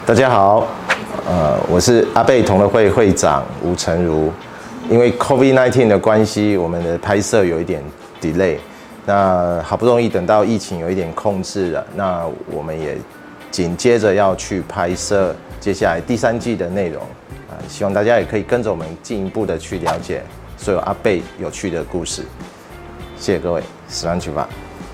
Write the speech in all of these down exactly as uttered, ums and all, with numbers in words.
大家好，呃，我是阿贝同乐会会长吴成儒。因为 COVID 十九 的关系，我们的拍摄有一点 delay。那好不容易等到疫情有一点控制了，那我们也紧接着要去拍摄接下来第三季的内容啊、呃，希望大家也可以跟着我们进一步的去了解所有阿贝有趣的故事。谢谢各位，史兰曲吧。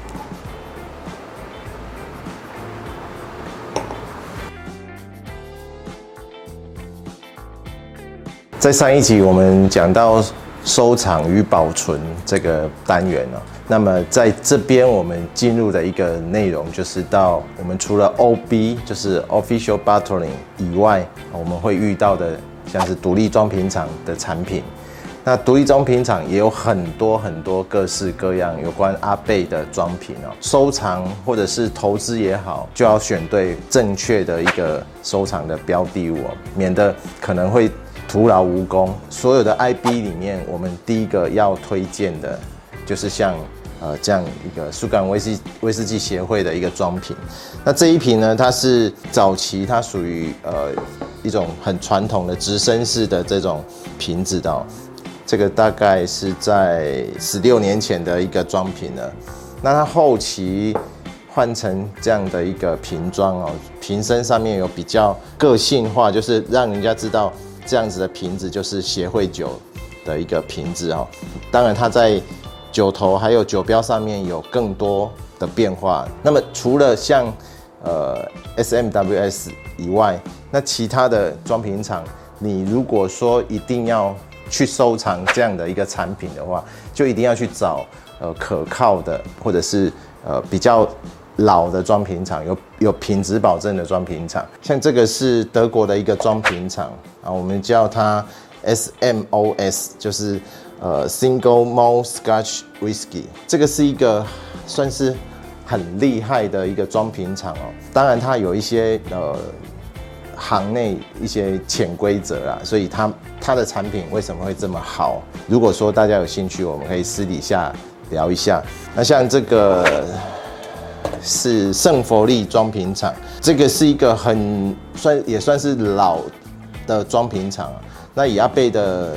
在上一集我们讲到收藏与保存这个单元哦，那么在这边我们进入的一个内容就是到我们除了 O B 就是 Official Bottling 以外，我们会遇到的像是独立装瓶厂的产品。那独立装瓶厂也有很多很多各式各样有关阿贝的装瓶哦，收藏或者是投资也好，就要选对正确的一个收藏的标的物哦，免得可能会徒劳无功。所有的 I B 里面，我们第一个要推荐的，就是像呃这样一个苏格兰威士威士忌协会的一个装瓶。那这一瓶呢，它是早期它属于呃一种很传统的直身式的这种瓶子的哦。这个大概是在十六年前的一个装瓶了。那它后期换成这样的一个瓶装哦，瓶身上面有比较个性化，就是让人家知道这样子的瓶子就是协会酒的一个瓶子哦。当然，它在酒头还有酒标上面有更多的变化。那么除了像呃 S M W S 以外，那其他的装瓶厂，你如果说一定要去收藏这样的一个产品的话，就一定要去找呃可靠的，或者是呃比较老的装瓶厂，有有品质保证的装瓶厂。像这个是德国的一个装瓶厂啊，我们叫它 S M O S， 就是呃 Single Malt Scotch Whisky。这个是一个算是很厉害的一个装瓶厂哦。当然，它有一些呃行内一些潜规则啦，所以它它的产品为什么会这么好？如果说大家有兴趣，我们可以私底下聊一下。那像这个是圣佛利装瓶厂，这个是一个很算也算是老的装瓶厂。那以阿贝的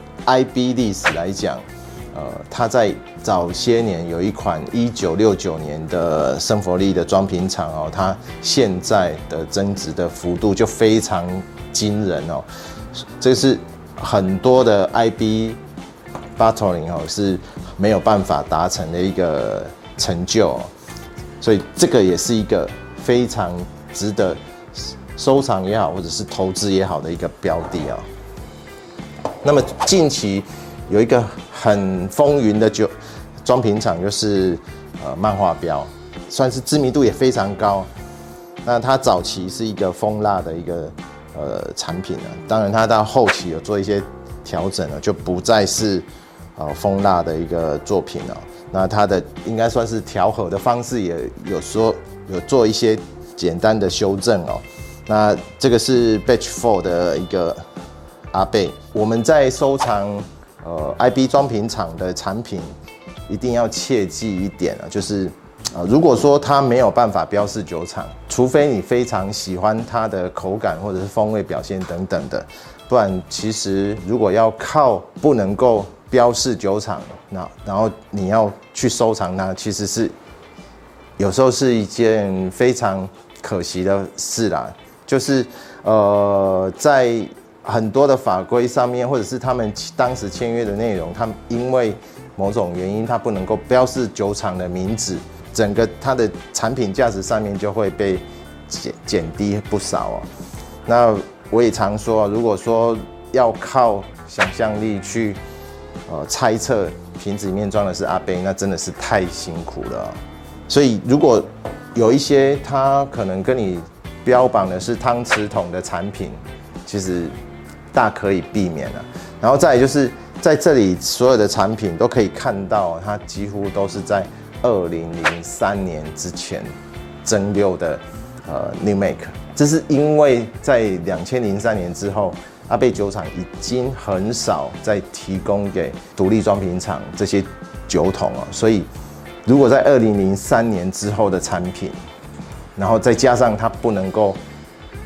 I B 历史来讲，呃，它在早些年有一款一九六九年的圣佛利的装瓶厂哦，它现在的增值的幅度就非常惊人哦。这是很多的 I B bottling 哦是没有办法达成的一个成就哦，所以这个也是一个非常值得收藏也好，或者是投资也好的一个标的哦。那么近期有一个很风云的酒装瓶厂，就是呃漫画标，算是知名度也非常高。那它早期是一个蜂蜡的一个呃产品了，当然它到后期有做一些调整了，就不再是呃蜂蜡的一个作品了。那它的应该算是调和的方式也有说有做一些简单的修正哦。那这个是 Batch 四的一个阿贝，我们在收藏呃 I B 装瓶厂的产品，一定要切记一点啊，就是呃如果说它没有办法标示酒厂，除非你非常喜欢它的口感或者是风味表现等等的，不然其实如果要靠不能够标示酒厂，那然后你要去收藏它，其实是有时候是一件非常可惜的事啦。就是呃在很多的法规上面，或者是他们当时签约的内容，他们因为某种原因，它不能够标示酒厂的名字，整个它的产品价值上面就会被减减低不少哦。那我也常说，如果说要靠想象力去呃猜测瓶子里面装的是阿贝，那真的是太辛苦了哦。所以如果有一些它可能跟你标榜的是汤匙桶的产品，其实大可以避免了。然后再来就是在这里所有的产品都可以看到，它几乎都是在二零零三年之前蒸馏的呃 New Make。这是因为在两千零三年之后，阿贝酒厂已经很少再提供给独立装瓶厂这些酒桶哦，所以如果在二零零三年之后的产品，然后再加上它不能够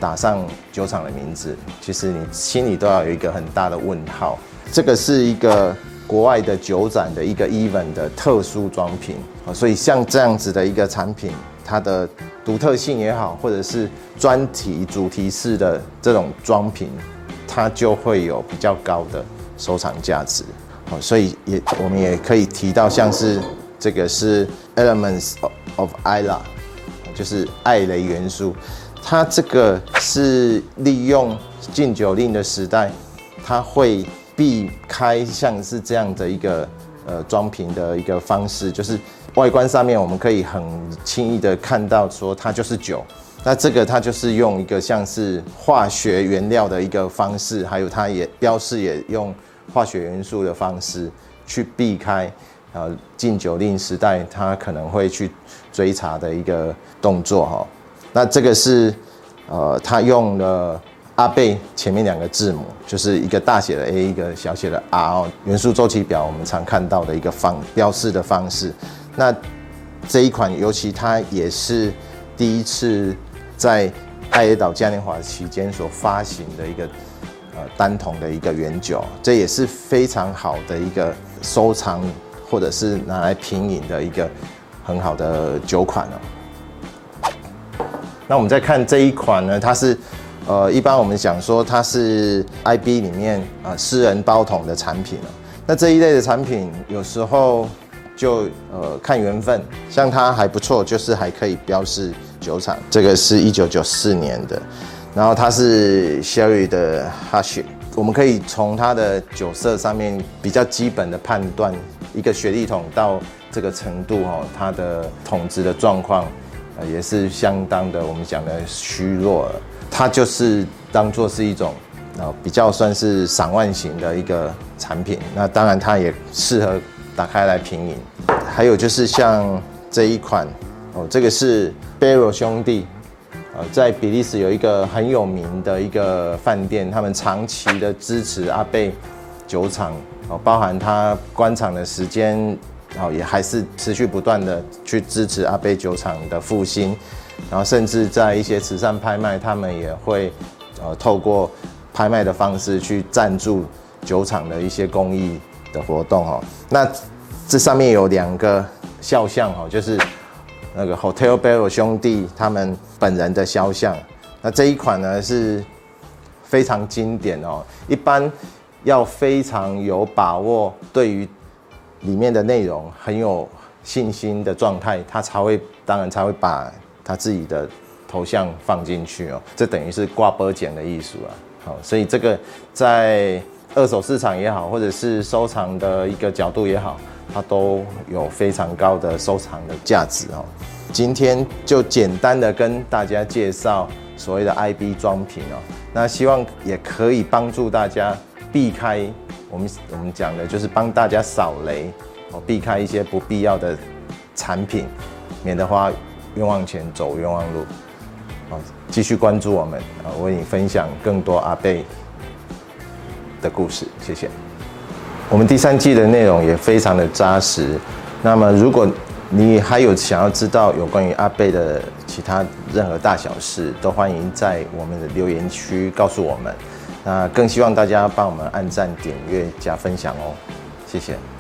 打上酒厂的名字，其实你心里都要有一个很大的问号。这个是一个国外的酒展的一个 event 的特殊装瓶，所以像这样子的一个产品，它的独特性也好，或者是专题主题式的这种装瓶，它就会有比较高的收藏价值。所以也我们也可以提到，像是这个是 Elements of Islay， 就是艾雷元素，它这个是利用禁酒令的时代，它会避开像是这样的一个呃装瓶的一个方式，就是外观上面我们可以很轻易的看到说它就是酒。那这个它就是用一个像是化学原料的一个方式，还有它也标示也用化学元素的方式去避开呃禁酒令时代它可能会去追查的一个动作哈。那这个是呃它用了阿贝前面两个字母，就是一个大写的 A， 一个小写的 R 哦，元素周期表我们常看到的一个方标示的方式。那这一款尤其它也是第一次在艾雷岛嘉年华期间所发行的一个呃单桶的一个原酒，这也是非常好的一个收藏或者是拿来品饮的一个很好的酒款哦。那我们再看这一款呢，它是呃一般我们讲说它是 I B 里面啊、呃、私人包桶的产品哦。那这一类的产品有时候就呃看缘分，像它还不错，就是还可以标示酒厂，这个是一九九四年的，然后它是 Sherry 的 Hush， 我们可以从它的酒色上面比较基本的判断，一个雪莉桶到这个程度哦，它的桶质的状况呃也是相当的，我们讲的虚弱了，它就是当作是一种呃比较算是赏玩型的一个产品，那当然它也适合打开来品饮。还有就是像这一款哦，这个是 Barrel 兄弟，呃，在比利时有一个很有名的一个饭店，他们长期的支持阿贝酒厂，哦，包含他关厂的时间，哦，也还是持续不断的去支持阿贝酒厂的复兴，然后甚至在一些慈善拍卖，他们也会呃透过拍卖的方式去赞助酒厂的一些公益的活动哦。那这上面有两个肖像哦，就是那个 Hotel Barrel 兄弟他们本人的肖像。那这一款呢是非常经典哦，一般要非常有把握，对于里面的内容很有信心的状态，他才会当然才会把他自己的头像放进去哦。这等于是挂波剪的艺术啊。好，所以这个在二手市场也好，或者是收藏的一个角度也好，它都有非常高的收藏的价值哦。今天就简单的跟大家介绍所谓的 I B 装瓶哦，那希望也可以帮助大家避开我们我们讲的就是帮大家扫雷哦，避开一些不必要的产品，免得花冤枉钱走冤枉路哦。继续关注我们啊，我为你分享更多阿贝的故事，谢谢。我们第三季的内容也非常的扎实。那么，如果你还有想要知道有关于阿贝的其他任何大小事，都欢迎在我们的留言区告诉我们。那更希望大家帮我们按赞、点阅、加分享哦，谢谢。